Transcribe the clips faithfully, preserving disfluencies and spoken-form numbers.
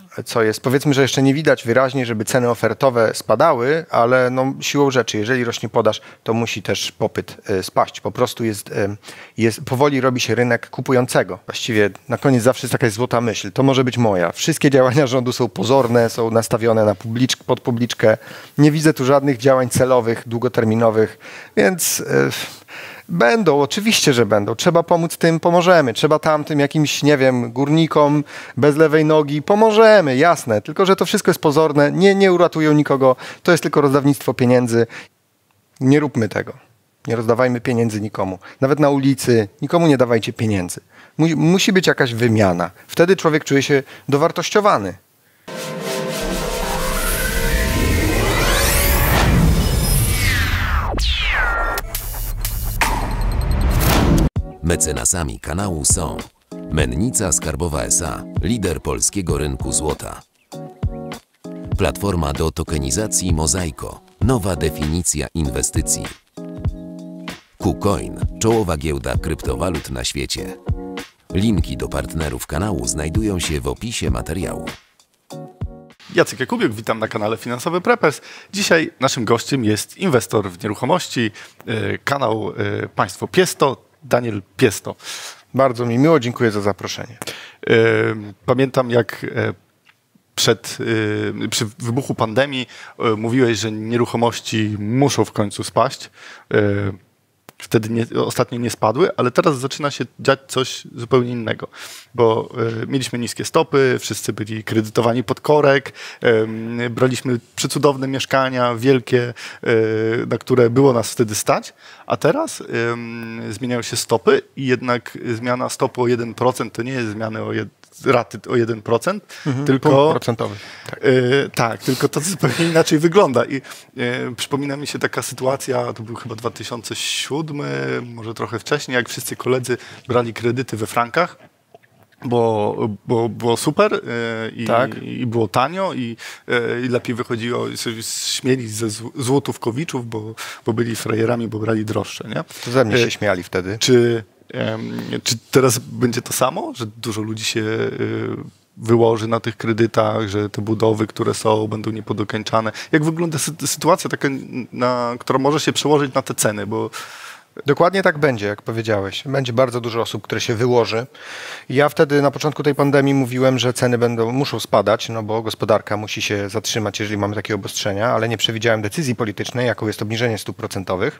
co jest, powiedzmy, że jeszcze nie widać wyraźnie, żeby ceny ofertowe spadały, ale no, siłą rzeczy, jeżeli rośnie podaż, to musi też popyt y, spaść. Po prostu jest, y, jest, powoli robi się rynek kupującego. Właściwie na koniec zawsze jest jakaś złota myśl. To może być moja. Wszystkie działania rządu są pozorne, są nastawione na publiczk, pod publiczkę. Nie widzę tu żadnych działań celowych, długoterminowych, więc... Y, Będą, oczywiście, że będą. Trzeba pomóc tym, pomożemy. Trzeba tamtym jakimś, nie wiem, górnikom bez lewej nogi, pomożemy, jasne. Tylko że to wszystko jest pozorne, nie, nie uratują nikogo. To jest tylko rozdawnictwo pieniędzy. Nie róbmy tego. Nie rozdawajmy pieniędzy nikomu. Nawet na ulicy nikomu nie dawajcie pieniędzy. Mu, musi być jakaś wymiana. Wtedy człowiek czuje się dowartościowany. Mecenasami kanału są Mennica Skarbowa S A, lider polskiego rynku złota. Platforma do tokenizacji Mozaiko, nowa definicja inwestycji. KuCoin, czołowa giełda kryptowalut na świecie. Linki do partnerów kanału znajdują się w opisie materiału. Jacek Jakubiuk, witam na kanale Finansowy Preppers. Dzisiaj naszym gościem jest inwestor w nieruchomości, kanał Państwo Piesto, Daniel Piesto. Bardzo mi miło, dziękuję za zaproszenie. Pamiętam, jak przed, przy wybuchu pandemii mówiłeś, że nieruchomości muszą w końcu spaść. Wtedy nie, ostatnio nie spadły, ale teraz zaczyna się dziać coś zupełnie innego, bo y, mieliśmy niskie stopy, wszyscy byli kredytowani pod korek, y, braliśmy przecudowne mieszkania, wielkie, y, na które było nas wtedy stać, a teraz y, zmieniają się stopy i jednak zmiana stopy o jeden procent to nie jest zmiany o jeden raty o jeden procent, mhm, tylko punkt procentowy. Tak. Yy, tak, tylko to zupełnie inaczej wygląda. I yy, przypomina mi się taka sytuacja, to był chyba dwa tysiące siódmy, może trochę wcześniej, jak wszyscy koledzy brali kredyty we frankach, bo, bo było super yy, i, tak. i było tanio i, yy, i lepiej wychodziło, sobie śmieli ze złotówkowiczów, bo, bo byli frajerami, bo brali droższe. Nie? To ze mnie się yy, śmiali wtedy. Czy Czy teraz będzie to samo, że dużo ludzi się wyłoży na tych kredytach, że te budowy, które są, będą niepodokończane? Jak wygląda sytuacja taka, na, która może się przełożyć na te ceny? Bo dokładnie tak będzie, jak powiedziałeś. Będzie bardzo dużo osób, które się wyłoży. Ja wtedy na początku tej pandemii mówiłem, że ceny będą, muszą spadać, no bo gospodarka musi się zatrzymać, jeżeli mamy takie obostrzenia, ale nie przewidziałem decyzji politycznej, jaką jest obniżenie stóp procentowych.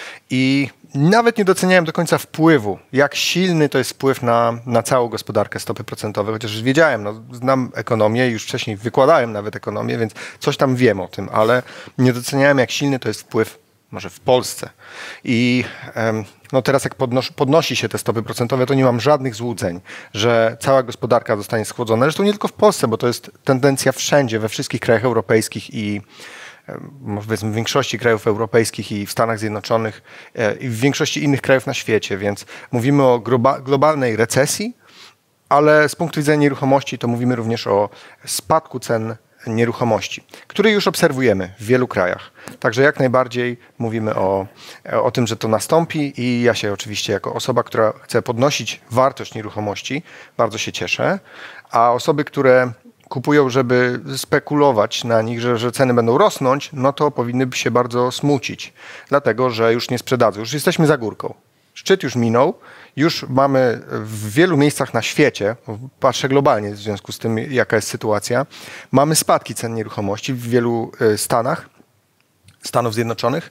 I nawet nie doceniałem do końca wpływu, jak silny to jest wpływ na, na całą gospodarkę stopy procentowe, chociaż wiedziałem, no, znam ekonomię, już wcześniej wykładałem nawet ekonomię, więc coś tam wiem o tym, ale nie doceniałem, jak silny to jest wpływ może w Polsce. I no teraz jak podnos podnosi się te stopy procentowe, to nie mam żadnych złudzeń, że cała gospodarka zostanie schłodzona. Zresztą nie tylko w Polsce, bo to jest tendencja wszędzie, we wszystkich krajach europejskich i powiedzmy w większości krajów europejskich i w Stanach Zjednoczonych i w większości innych krajów na świecie, więc mówimy o globalnej recesji, ale z punktu widzenia nieruchomości to mówimy również o spadku cen nieruchomości, który już obserwujemy w wielu krajach. Także jak najbardziej mówimy o, o tym, że to nastąpi i ja się oczywiście jako osoba, która chce podnosić wartość nieruchomości, bardzo się cieszę, a osoby, które kupują, żeby spekulować na nich, że, że ceny będą rosnąć, no to powinny się bardzo smucić, dlatego że już nie sprzedadzą. Już jesteśmy za górką. Szczyt już minął, już mamy w wielu miejscach na świecie, patrzę globalnie w związku z tym, jaka jest sytuacja, mamy spadki cen nieruchomości w wielu stanach, Stanów Zjednoczonych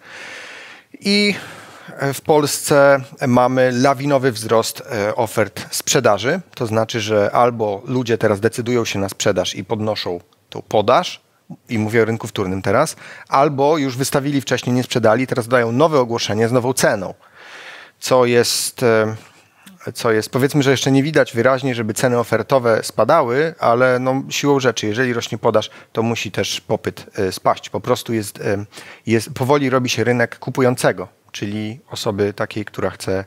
i w Polsce mamy lawinowy wzrost ofert sprzedaży. To znaczy, że albo ludzie teraz decydują się na sprzedaż i podnoszą tą podaż, i mówię o rynku wtórnym teraz, albo już wystawili wcześniej, nie sprzedali, teraz dają nowe ogłoszenie z nową ceną, co jest, co jest powiedzmy, że jeszcze nie widać wyraźnie, żeby ceny ofertowe spadały, ale no, siłą rzeczy, jeżeli rośnie podaż, to musi też popyt spaść. Po prostu jest, jest powoli robi się rynek kupującego, czyli osoby takiej, która chce,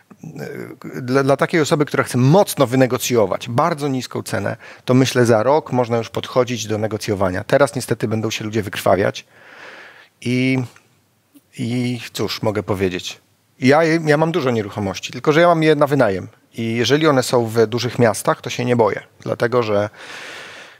dla, dla takiej osoby, która chce mocno wynegocjować bardzo niską cenę, to myślę za rok można już podchodzić do negocjowania. Teraz niestety będą się ludzie wykrwawiać i, i cóż mogę powiedzieć. Ja, ja mam dużo nieruchomości, tylko że ja mam je na wynajem i jeżeli one są w dużych miastach, to się nie boję, dlatego że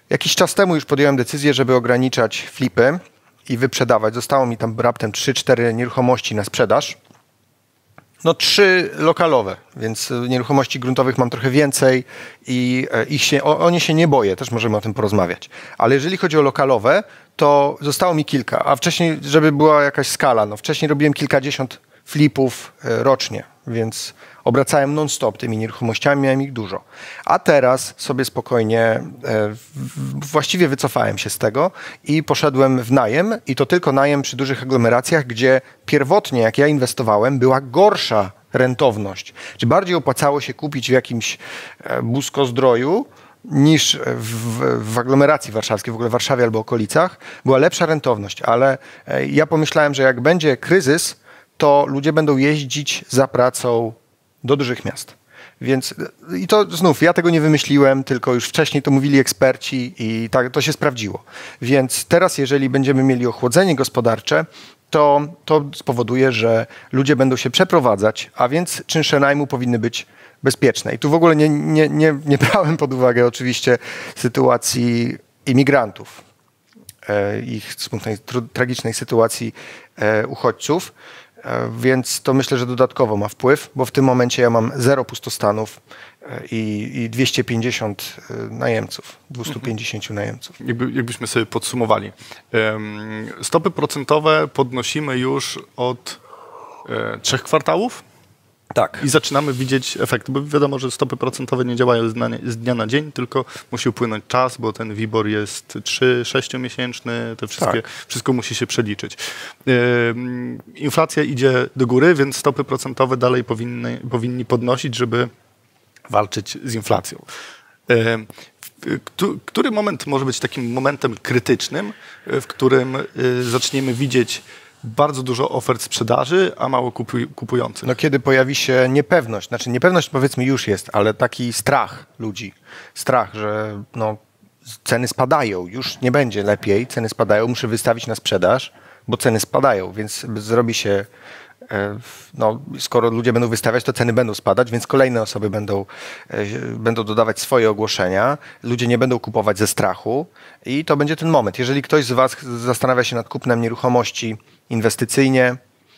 Jakiś czas temu już podjąłem decyzję, żeby ograniczać flipy i wyprzedawać. Zostało mi tam raptem trzy cztery nieruchomości na sprzedaż. No trzy lokalowe, więc nieruchomości gruntowych mam trochę więcej i ich się, o, o nie się nie boję, też możemy o tym porozmawiać. Ale jeżeli chodzi o lokalowe, to zostało mi kilka, a wcześniej, żeby była jakaś skala, no wcześniej robiłem kilkadziesiąt flipów rocznie, więc obracałem non-stop tymi nieruchomościami, miałem ich dużo. A teraz sobie spokojnie, e, właściwie wycofałem się z tego i poszedłem w najem i to tylko najem przy dużych aglomeracjach, gdzie pierwotnie, jak ja inwestowałem, była gorsza rentowność. Czy bardziej opłacało się kupić w jakimś e, Busko-Zdroju niż w, w aglomeracji warszawskiej, w ogóle w Warszawie albo okolicach, była lepsza rentowność, ale e, ja pomyślałem, że jak będzie kryzys, to ludzie będą jeździć za pracą do dużych miast. Więc i to znów, ja tego nie wymyśliłem, tylko już wcześniej to mówili eksperci i tak to się sprawdziło. Więc teraz, jeżeli będziemy mieli ochłodzenie gospodarcze, to to spowoduje, że ludzie będą się przeprowadzać, a więc czynsze najmu powinny być bezpieczne. I tu w ogóle nie, nie, nie, nie brałem pod uwagę oczywiście sytuacji imigrantów, e, ich smutnej, tragicznej sytuacji e, uchodźców. Więc to myślę, że dodatkowo ma wpływ, bo w tym momencie ja mam zero pustostanów i, i dwieście pięćdziesiąt najemców, dwieście pięćdziesiąt najemców. Jakby, jakbyśmy sobie podsumowali. Stopy procentowe podnosimy już od e, trzech kwartałów. Tak. I zaczynamy widzieć efekty, bo wiadomo, że stopy procentowe nie działają z, na, z dnia na dzień, tylko musi upłynąć czas, bo ten WIBOR jest trzy sześciomiesięczny, to wszystkie, tak. wszystko musi się przeliczyć. Yy, inflacja idzie do góry, więc stopy procentowe dalej powinny, powinni podnosić, żeby walczyć z inflacją. Yy, który moment może być takim momentem krytycznym, w którym yy, zaczniemy widzieć bardzo dużo ofert sprzedaży, a mało kupuj, kupujących? No kiedy pojawi się niepewność, znaczy niepewność powiedzmy już jest, ale taki strach ludzi, strach, że no, ceny spadają, już nie będzie lepiej, ceny spadają, muszę wystawić na sprzedaż, bo ceny spadają, więc zrobi się, no, skoro ludzie będą wystawiać, to ceny będą spadać, więc kolejne osoby będą, będą dodawać swoje ogłoszenia, ludzie nie będą kupować ze strachu i to będzie ten moment. Jeżeli ktoś z was zastanawia się nad kupnem nieruchomości inwestycyjnie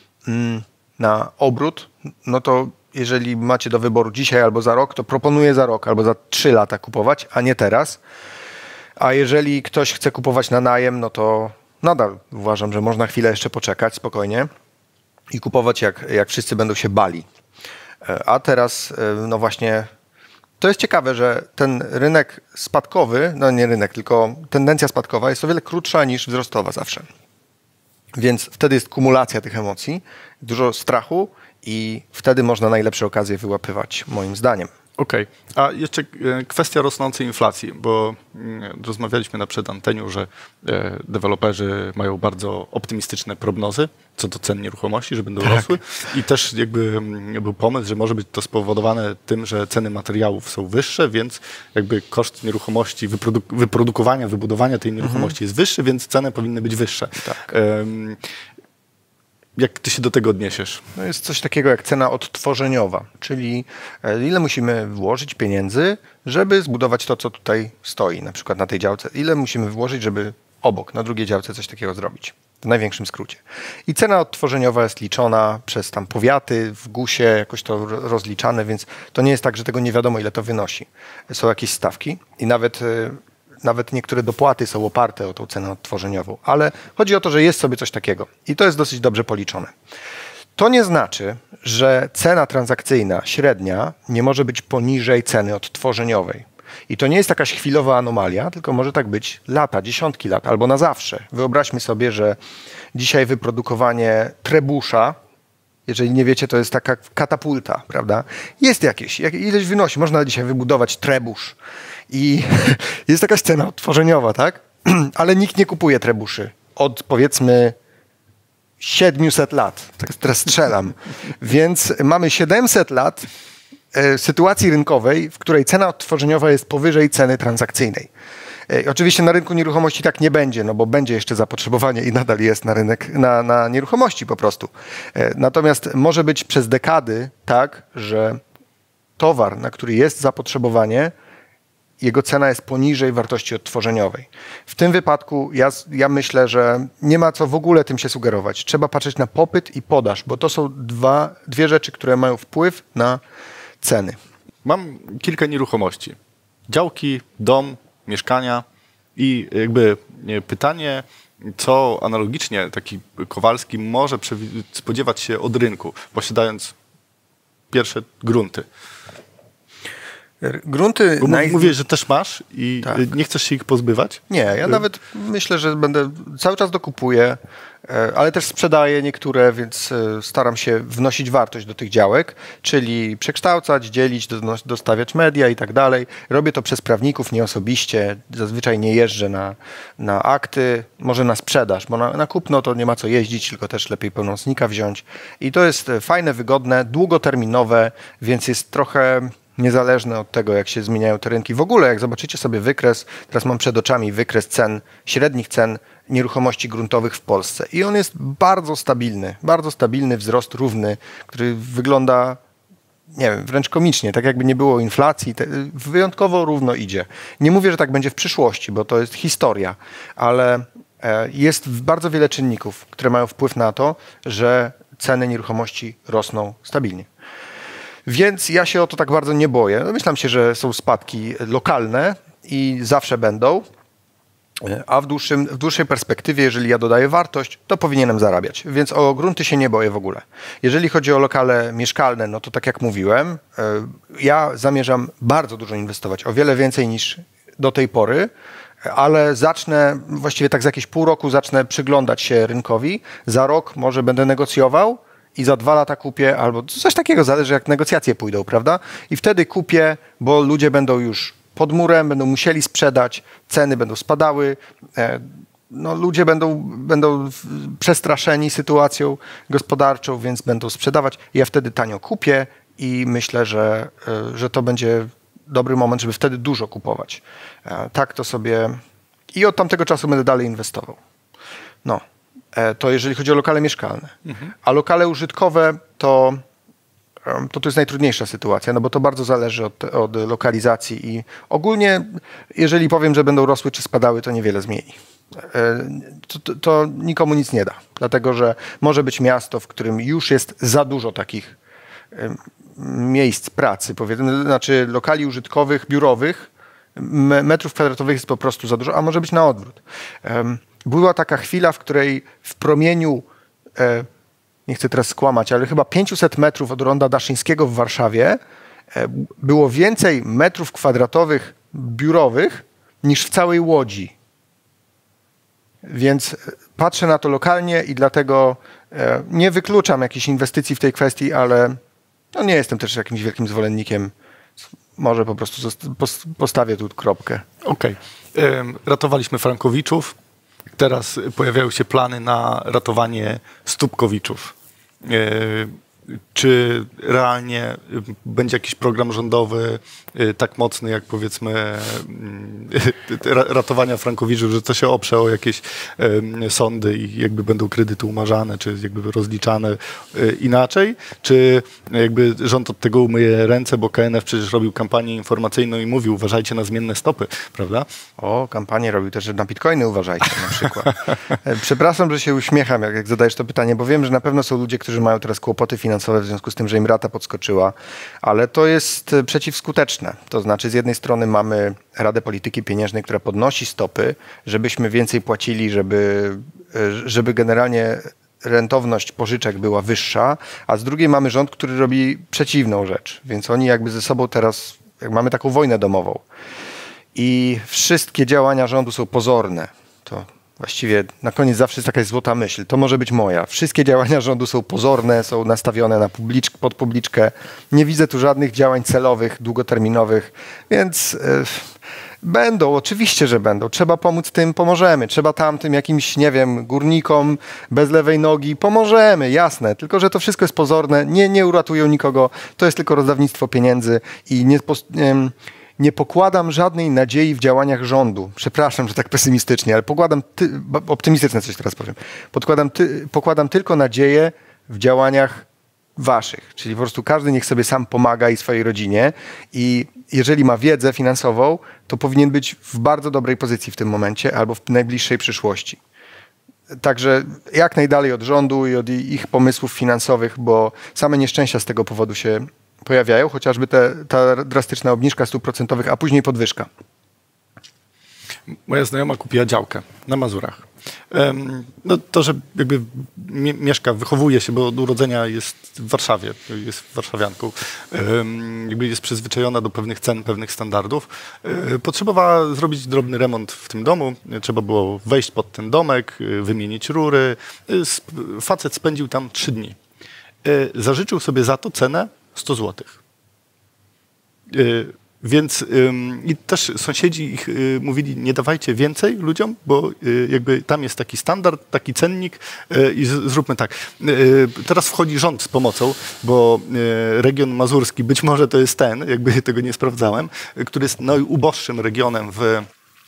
na obrót, no to jeżeli macie do wyboru dzisiaj albo za rok, to proponuję za rok albo za trzy lata kupować, a nie teraz. A jeżeli ktoś chce kupować na najem, no to nadal uważam, że można chwilę jeszcze poczekać spokojnie i kupować jak, jak wszyscy będą się bali. A teraz, no właśnie, to jest ciekawe, że ten rynek spadkowy, no nie rynek, tylko tendencja spadkowa jest o wiele krótsza niż wzrostowa zawsze. Więc wtedy jest kumulacja tych emocji, dużo strachu i wtedy można najlepsze okazje wyłapywać, moim zdaniem. Okej, okay. A jeszcze kwestia rosnącej inflacji, bo rozmawialiśmy na przedanteniu, że deweloperzy mają bardzo optymistyczne prognozy co do cen nieruchomości, że będą tak. rosły i też jakby był pomysł, że może być to spowodowane tym, że ceny materiałów są wyższe, więc jakby koszt nieruchomości, wyproduk- wyprodukowania, wybudowania tej nieruchomości mhm. jest wyższy, więc ceny powinny być wyższe. Tak. Um, Jak ty się do tego odniesiesz? No jest coś takiego jak cena odtworzeniowa, czyli ile musimy włożyć pieniędzy, żeby zbudować to, co tutaj stoi, na przykład na tej działce. Ile musimy włożyć, żeby obok, na drugiej działce coś takiego zrobić. W największym skrócie. I cena odtworzeniowa jest liczona przez tam powiaty, w gusie, jakoś to rozliczane, więc to nie jest tak, że tego nie wiadomo, ile to wynosi. Są jakieś stawki i nawet... Nawet niektóre dopłaty są oparte o tą cenę odtworzeniową, ale chodzi o to, że jest sobie coś takiego i to jest dosyć dobrze policzone. To nie znaczy, że cena transakcyjna średnia nie może być poniżej ceny odtworzeniowej. I to nie jest jakaś chwilowa anomalia, tylko może tak być lata, dziesiątki lat albo na zawsze. Wyobraźmy sobie, że dzisiaj wyprodukowanie trebusza, jeżeli nie wiecie, to jest taka katapulta, prawda? Jest jakieś, jak, ileś wynosi. Można dzisiaj wybudować trebusz i jest jakaś cena odtworzeniowa, tak? Ale nikt nie kupuje trebuszy od powiedzmy siedemset lat. Tak teraz strzelam. Więc mamy siedemset lat e, sytuacji rynkowej, w której cena odtworzeniowa jest powyżej ceny transakcyjnej. E, oczywiście na rynku nieruchomości tak nie będzie, no bo będzie jeszcze zapotrzebowanie i nadal jest na rynek, na, na nieruchomości po prostu. E, natomiast może być przez dekady tak, że towar, na który jest zapotrzebowanie, jego cena jest poniżej wartości odtworzeniowej. W tym wypadku ja, ja myślę, że nie ma co w ogóle tym się sugerować. Trzeba patrzeć na popyt i podaż, bo to są dwa, dwie rzeczy, które mają wpływ na ceny. Mam kilka nieruchomości. Działki, dom, mieszkania i jakby nie, pytanie, co analogicznie taki Kowalski może spodziewać się od rynku, posiadając pierwsze grunty. Grunty... Bo naj... Mówię, że też masz i tak. Nie chcesz się ich pozbywać? Nie, ja nawet myślę, że będę cały czas dokupuję, ale też sprzedaję niektóre, więc staram się wnosić wartość do tych działek, czyli przekształcać, dzielić, dostawiać media i tak dalej. Robię to przez prawników, nie osobiście. Zazwyczaj nie jeżdżę na, na akty, może na sprzedaż, bo na, na kupno to nie ma co jeździć, tylko też lepiej pełnomocnika wziąć. I to jest fajne, wygodne, długoterminowe, więc jest trochę... niezależne od tego, jak się zmieniają te rynki. W ogóle, jak zobaczycie sobie wykres, teraz mam przed oczami wykres cen, średnich cen nieruchomości gruntowych w Polsce. I on jest bardzo stabilny, bardzo stabilny wzrost równy, który wygląda, nie wiem, wręcz komicznie, tak jakby nie było inflacji, te, wyjątkowo równo idzie. Nie mówię, że tak będzie w przyszłości, bo to jest historia, ale e, jest bardzo wiele czynników, które mają wpływ na to, że ceny nieruchomości rosną stabilnie. Więc ja się o to tak bardzo nie boję. Domyślam się, że są spadki lokalne i zawsze będą, a w, dłuższym, w dłuższej perspektywie, jeżeli ja dodaję wartość, to powinienem zarabiać. Więc o grunty się nie boję w ogóle. Jeżeli chodzi o lokale mieszkalne, no to tak jak mówiłem, ja zamierzam bardzo dużo inwestować, o wiele więcej niż do tej pory, ale zacznę, właściwie tak za jakieś pół roku zacznę przyglądać się rynkowi. Za rok może będę negocjował, i za dwa lata kupię, albo coś takiego, zależy jak negocjacje pójdą, prawda? I wtedy kupię, bo ludzie będą już pod murem, będą musieli sprzedać, ceny będą spadały, no, ludzie będą, będą przestraszeni sytuacją gospodarczą, więc będą sprzedawać. Ja wtedy tanio kupię i myślę, że, że to będzie dobry moment, żeby wtedy dużo kupować. Tak to sobie... I od tamtego czasu będę dalej inwestował. No. To jeżeli chodzi o lokale mieszkalne. Mhm. A lokale użytkowe to, to to jest najtrudniejsza sytuacja, no bo to bardzo zależy od, od lokalizacji i ogólnie, jeżeli powiem, że będą rosły czy spadały, to niewiele zmieni. To, to, to nikomu nic nie da, dlatego że może być miasto, w którym już jest za dużo takich miejsc pracy, powiedzmy, znaczy lokali użytkowych, biurowych, metrów kwadratowych jest po prostu za dużo, a może być na odwrót. Była taka chwila, w której w promieniu, e, nie chcę teraz skłamać, ale chyba pięćset metrów od ronda Daszyńskiego w Warszawie e, było więcej metrów kwadratowych biurowych niż w całej Łodzi. Więc patrzę na to lokalnie i dlatego e, nie wykluczam jakichś inwestycji w tej kwestii, ale no nie jestem też jakimś wielkim zwolennikiem. Może po prostu postawię tu kropkę. Okej. Okay. Ratowaliśmy Frankowiczów. Teraz pojawiają się plany na ratowanie Stópkowiczów. Czy realnie będzie jakiś program rządowy tak mocny, jak powiedzmy ratowania Frankowiczów, że to się oprze o jakieś sądy i jakby będą kredyty umarzane, czy jakby rozliczane inaczej? Czy jakby rząd od tego umyje ręce, bo K N F przecież robił kampanię informacyjną i mówił, uważajcie na zmienne stopy, prawda? O, kampanię robił też, że na bitcoiny uważajcie na przykład. Przepraszam, że się uśmiecham, jak, jak zadajesz to pytanie, bo wiem, że na pewno są ludzie, którzy mają teraz kłopoty finansowe w związku z tym, że im rata podskoczyła, ale to jest przeciwskuteczne. To znaczy z jednej strony mamy Radę Polityki Pieniężnej, która podnosi stopy, żebyśmy więcej płacili, żeby, żeby generalnie rentowność pożyczek była wyższa, a z drugiej mamy rząd, który robi przeciwną rzecz. Więc oni jakby ze sobą teraz, jak mamy taką wojnę domową. I wszystkie działania rządu są pozorne. To właściwie na koniec zawsze jest jakaś złota myśl. To może być moja. Wszystkie działania rządu są pozorne, są nastawione na publicz- pod publiczkę. Nie widzę tu żadnych działań celowych, długoterminowych, więc yy, będą, oczywiście, że będą. Trzeba pomóc tym, pomożemy. Trzeba tamtym jakimś, nie wiem, górnikom bez lewej nogi, pomożemy, jasne. Tylko że to wszystko jest pozorne, nie, nie uratują nikogo. To jest tylko rozdawnictwo pieniędzy i nie... Yy, Nie pokładam żadnej nadziei w działaniach rządu. Przepraszam, że tak pesymistycznie, ale pokładam ty, optymistycznie coś teraz powiem. Podkładam ty, pokładam tylko nadzieję w działaniach waszych. Czyli po prostu każdy niech sobie sam pomaga i swojej rodzinie. I jeżeli ma wiedzę finansową, to powinien być w bardzo dobrej pozycji w tym momencie albo w najbliższej przyszłości. Także jak najdalej od rządu i od ich pomysłów finansowych, bo same nieszczęścia z tego powodu się pojawiają, chociażby te, ta drastyczna obniżka stóp procentowych, a później podwyżka. Moja znajoma kupiła działkę na Mazurach. Um, no to, że jakby mie mieszka, wychowuje się, bo od urodzenia jest w Warszawie, jest warszawianką, um, jakby jest przyzwyczajona do pewnych cen, pewnych standardów. Um, potrzebowała zrobić drobny remont w tym domu, trzeba było wejść pod ten domek, wymienić rury. Sp facet spędził tam trzy dni. Um, zażyczył sobie za to cenę sto złotych. Um, Więc ym, i też sąsiedzi ich y, mówili, nie dawajcie więcej ludziom, bo y, jakby tam jest taki standard, taki cennik y, i z, zróbmy tak. Y, teraz wchodzi rząd z pomocą, bo y, region mazurski, być może to jest ten, jakby tego nie sprawdzałem, y, który jest najuboższym regionem w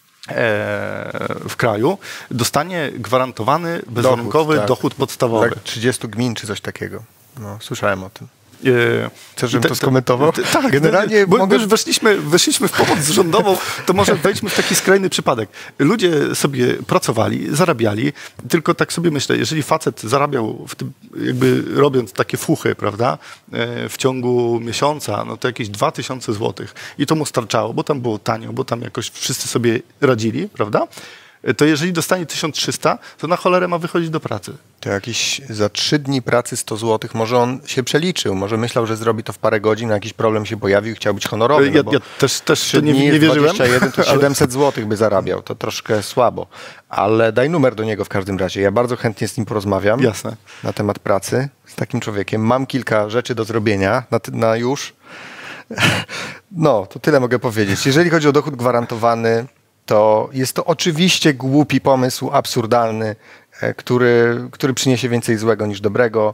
w kraju, dostanie gwarantowany, bezwarunkowy dochód, tak. dochód podstawowy. Tak, trzydziestu gmin czy coś takiego. No, słyszałem o tym. Yy, Chcesz, żebym to skomentował? Tak, generalnie, bo mogę... już weszliśmy, weszliśmy w pomoc rządową, to może wejdźmy w taki skrajny przypadek. Ludzie sobie pracowali, zarabiali, tylko tak sobie myślę, jeżeli facet zarabiał, w tym, jakby robiąc takie fuchy, prawda, w ciągu miesiąca, no to jakieś dwa tysiące złotych i to mu starczało, bo tam było tanio, bo tam jakoś wszyscy sobie radzili, prawda? To jeżeli dostanie tysiąc trzysta, to na cholerę ma wychodzić do pracy. To jakieś za trzy dni pracy sto złotych, może on się przeliczył, może myślał, że zrobi to w parę godzin, a jakiś problem się pojawił i chciał być honorowy. Ja, no ja też, też nie, dni nie wierzyłem. dwadzieścia jeden to siedemset złotych by zarabiał, to troszkę słabo. Ale daj numer do niego w każdym razie. Ja bardzo chętnie z nim porozmawiam. Jasne. Na temat pracy z takim człowiekiem. Mam kilka rzeczy do zrobienia na, na już. No, to tyle mogę powiedzieć. Jeżeli chodzi o dochód gwarantowany, to jest to oczywiście głupi pomysł, absurdalny, który, który przyniesie więcej złego niż dobrego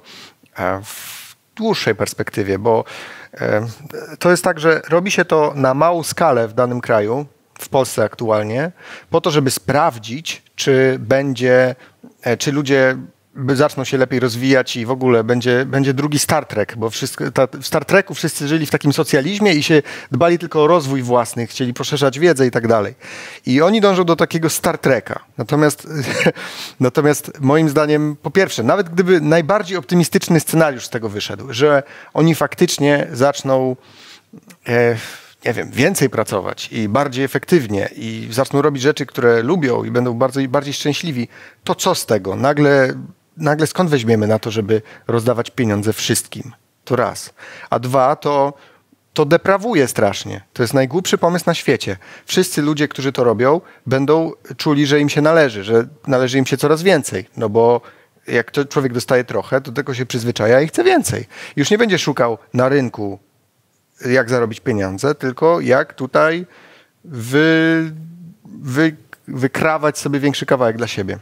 w dłuższej perspektywie, bo to jest tak, że robi się to na małą skalę w danym kraju, w Polsce aktualnie, po to, żeby sprawdzić, czy będzie, czy ludzie zaczną się lepiej rozwijać i w ogóle będzie, będzie drugi Star Trek, bo wszystko, ta, w Star Treku wszyscy żyli w takim socjalizmie i się dbali tylko o rozwój własny, chcieli poszerzać wiedzę i tak dalej. I oni dążą do takiego Star Treka. Natomiast, natomiast moim zdaniem, po pierwsze, nawet gdyby najbardziej optymistyczny scenariusz z tego wyszedł, że oni faktycznie zaczną e, nie wiem, więcej pracować i bardziej efektywnie i zaczną robić rzeczy, które lubią i będą bardzo, bardziej szczęśliwi, to co z tego? Nagle, nagle skąd weźmiemy na to, żeby rozdawać pieniądze wszystkim? To raz. A dwa, to, to deprawuje strasznie. To jest najgłupszy pomysł na świecie. Wszyscy ludzie, którzy to robią, będą czuli, że im się należy, że należy im się coraz więcej, no bo jak to człowiek dostaje trochę, to tego się przyzwyczaja i chce więcej. Już nie będzie szukał na rynku, jak zarobić pieniądze, tylko jak tutaj wy, wy, wykrawać sobie większy kawałek dla siebie.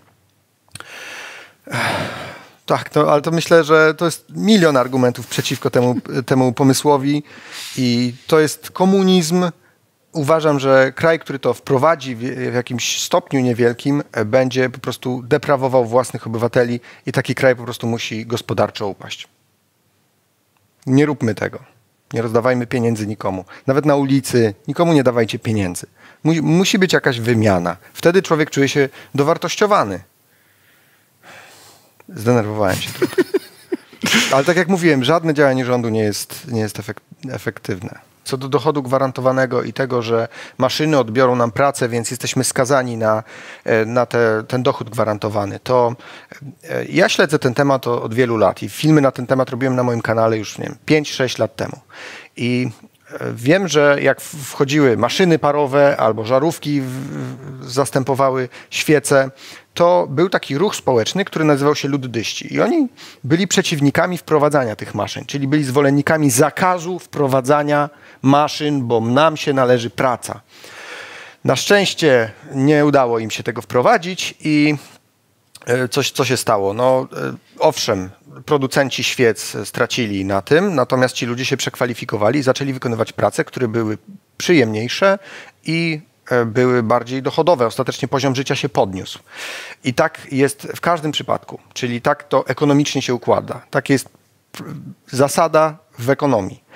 Tak, no, ale to myślę, że to jest milion argumentów przeciwko temu, temu pomysłowi i to jest komunizm. Uważam, że kraj, który to wprowadzi w, w jakimś stopniu niewielkim, będzie po prostu deprawował własnych obywateli i taki kraj po prostu musi gospodarczo upaść. Nie róbmy tego. Nie rozdawajmy pieniędzy nikomu. Nawet na ulicy nikomu nie dawajcie pieniędzy. Musi, musi być jakaś wymiana. Wtedy człowiek czuje się dowartościowany. Zdenerwowałem się trochę. Ale tak jak mówiłem, żadne działanie rządu nie jest, nie jest efekt, efektywne. Co do dochodu gwarantowanego i tego, że maszyny odbiorą nam pracę, więc jesteśmy skazani na, na te, ten dochód gwarantowany, to ja śledzę ten temat od wielu lat i filmy na ten temat robiłem na moim kanale już, nie wiem, pięć sześć lat temu. I wiem, że jak wchodziły maszyny parowe albo żarówki zastępowały świece, to był taki ruch społeczny, który nazywał się luddyści. I oni byli przeciwnikami wprowadzania tych maszyn, czyli byli zwolennikami zakazu wprowadzania maszyn, bo nam się należy praca. Na szczęście nie udało im się tego wprowadzić i coś, co się stało? No owszem, producenci świec stracili na tym, natomiast ci ludzie się przekwalifikowali i zaczęli wykonywać prace, które były przyjemniejsze i były bardziej dochodowe. Ostatecznie poziom życia się podniósł. I tak jest w każdym przypadku. Czyli tak to ekonomicznie się układa. Tak jest zasada w ekonomii.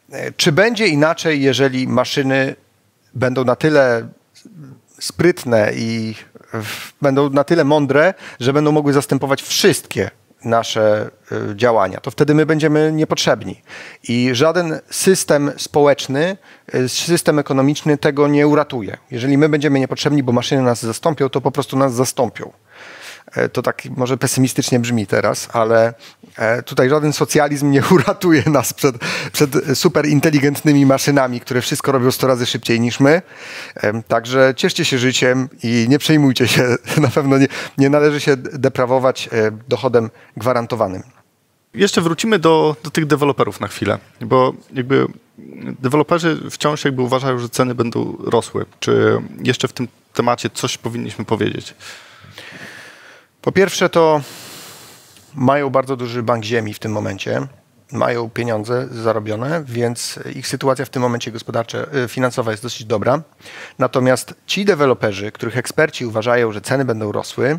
Czy będzie inaczej, jeżeli maszyny będą na tyle sprytne i będą na tyle mądre, że będą mogły zastępować wszystkie nasze działania, to wtedy my będziemy niepotrzebni. I żaden system społeczny, system ekonomiczny tego nie uratuje. Jeżeli my będziemy niepotrzebni, bo maszyny nas zastąpią, to po prostu nas zastąpią. To tak może pesymistycznie brzmi teraz, ale tutaj żaden socjalizm nie uratuje nas przed, przed super inteligentnymi maszynami, które wszystko robią sto razy szybciej niż my. Także cieszcie się życiem i nie przejmujcie się. Na pewno nie, nie należy się deprawować dochodem gwarantowanym. Jeszcze wrócimy do, do tych deweloperów na chwilę, bo jakby deweloperzy wciąż jakby uważają, że ceny będą rosły. Czy jeszcze w tym temacie coś powinniśmy powiedzieć? Po pierwsze to mają bardzo duży bank ziemi w tym momencie, mają pieniądze zarobione, więc ich sytuacja w tym momencie gospodarcza, finansowa jest dosyć dobra. Natomiast ci deweloperzy, których eksperci uważają, że ceny będą rosły,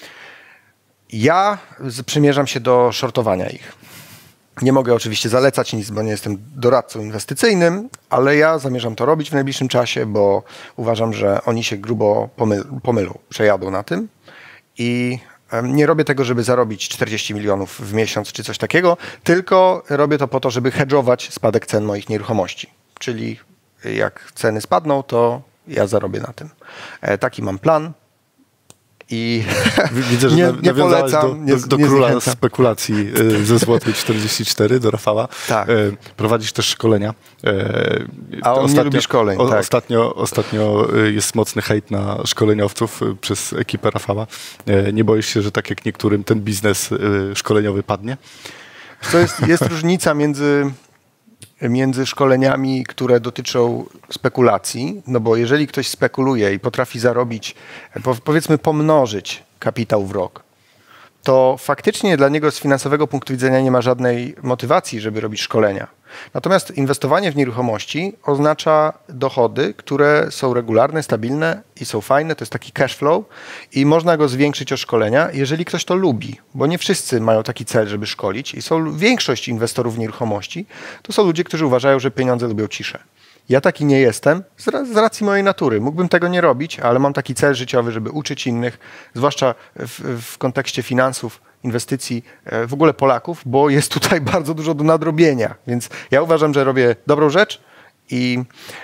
ja przymierzam się do shortowania ich. Nie mogę oczywiście zalecać nic, bo nie jestem doradcą inwestycyjnym, ale ja zamierzam to robić w najbliższym czasie, bo uważam, że oni się grubo pomyl- pomylą, przejadą na tym. I nie robię tego, żeby zarobić czterdzieści milionów w miesiąc czy coś takiego, tylko robię to po to, żeby hedżować spadek cen moich nieruchomości. Czyli jak ceny spadną, to ja zarobię na tym. Taki mam plan. I widzę, że nie, nie nie polecam, do, nie, do, do nie króla zniechęcam. spekulacji ze Złotej czterdzieści cztery, do Rafała. Tak. Prowadzisz też szkolenia. A on nie lubi szkoleń. O, tak. ostatnio, ostatnio jest mocny hejt na szkoleniowców przez ekipę Rafała. Nie boisz się, że tak jak niektórym ten biznes szkoleniowy padnie? To jest, jest różnica między między szkoleniami, które dotyczą spekulacji, no bo jeżeli ktoś spekuluje i potrafi zarobić, powiedzmy pomnożyć kapitał w rok, to faktycznie dla niego z finansowego punktu widzenia nie ma żadnej motywacji, żeby robić szkolenia. Natomiast inwestowanie w nieruchomości oznacza dochody, które są regularne, stabilne i są fajne. To jest taki cash flow i można go zwiększyć o szkolenia, jeżeli ktoś to lubi, bo nie wszyscy mają taki cel, żeby szkolić i są większość inwestorów w nieruchomości, to są ludzie, którzy uważają, że pieniądze lubią ciszę. Ja taki nie jestem z racji mojej natury. Mógłbym tego nie robić, ale mam taki cel życiowy, żeby uczyć innych, zwłaszcza w, w kontekście finansów, inwestycji, w ogóle Polaków, bo jest tutaj bardzo dużo do nadrobienia. Więc ja uważam, że robię dobrą rzecz i,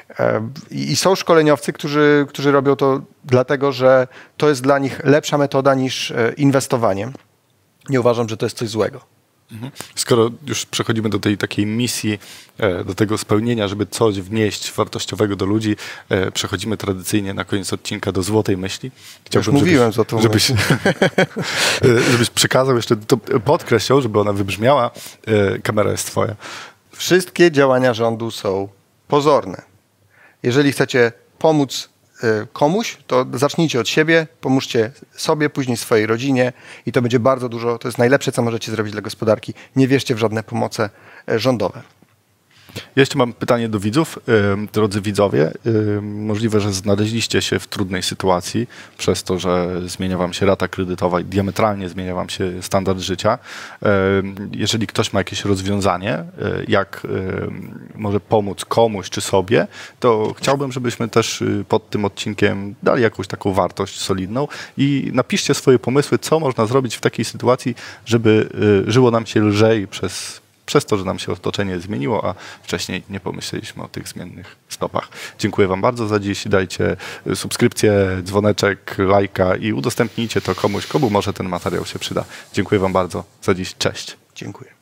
i są szkoleniowcy, którzy, którzy robią to dlatego, że to jest dla nich lepsza metoda niż inwestowanie. Nie uważam, że to jest coś złego. Skoro już przechodzimy do tej takiej misji, do tego spełnienia, żeby coś wnieść wartościowego do ludzi, przechodzimy tradycyjnie na koniec odcinka do złotej myśli. Chciałbym, już mówiłem za tą żebyś, żebyś przekazał jeszcze, to podkreślał, żeby ona wybrzmiała. Kamera jest twoja. Wszystkie działania rządu są pozorne. Jeżeli chcecie pomóc komuś, to zacznijcie od siebie, pomóżcie sobie, później swojej rodzinie i to będzie bardzo dużo, to jest najlepsze, co możecie zrobić dla gospodarki. Nie wierzcie w żadne pomoce rządowe. Ja jeszcze mam pytanie do widzów. Drodzy widzowie, możliwe, że znaleźliście się w trudnej sytuacji przez to, że zmienia wam się rata kredytowa i diametralnie zmienia wam się standard życia. Jeżeli ktoś ma jakieś rozwiązanie, jak może pomóc komuś czy sobie, to chciałbym, żebyśmy też pod tym odcinkiem dali jakąś taką wartość solidną i napiszcie swoje pomysły, co można zrobić w takiej sytuacji, żeby żyło nam się lżej przez przez to, że nam się otoczenie zmieniło, a wcześniej nie pomyśleliśmy o tych zmiennych stopach. Dziękuję wam bardzo za dziś. Dajcie subskrypcję, dzwoneczek, lajka i udostępnijcie to komuś, komu może ten materiał się przyda. Dziękuję wam bardzo za dziś. Cześć. Dziękuję.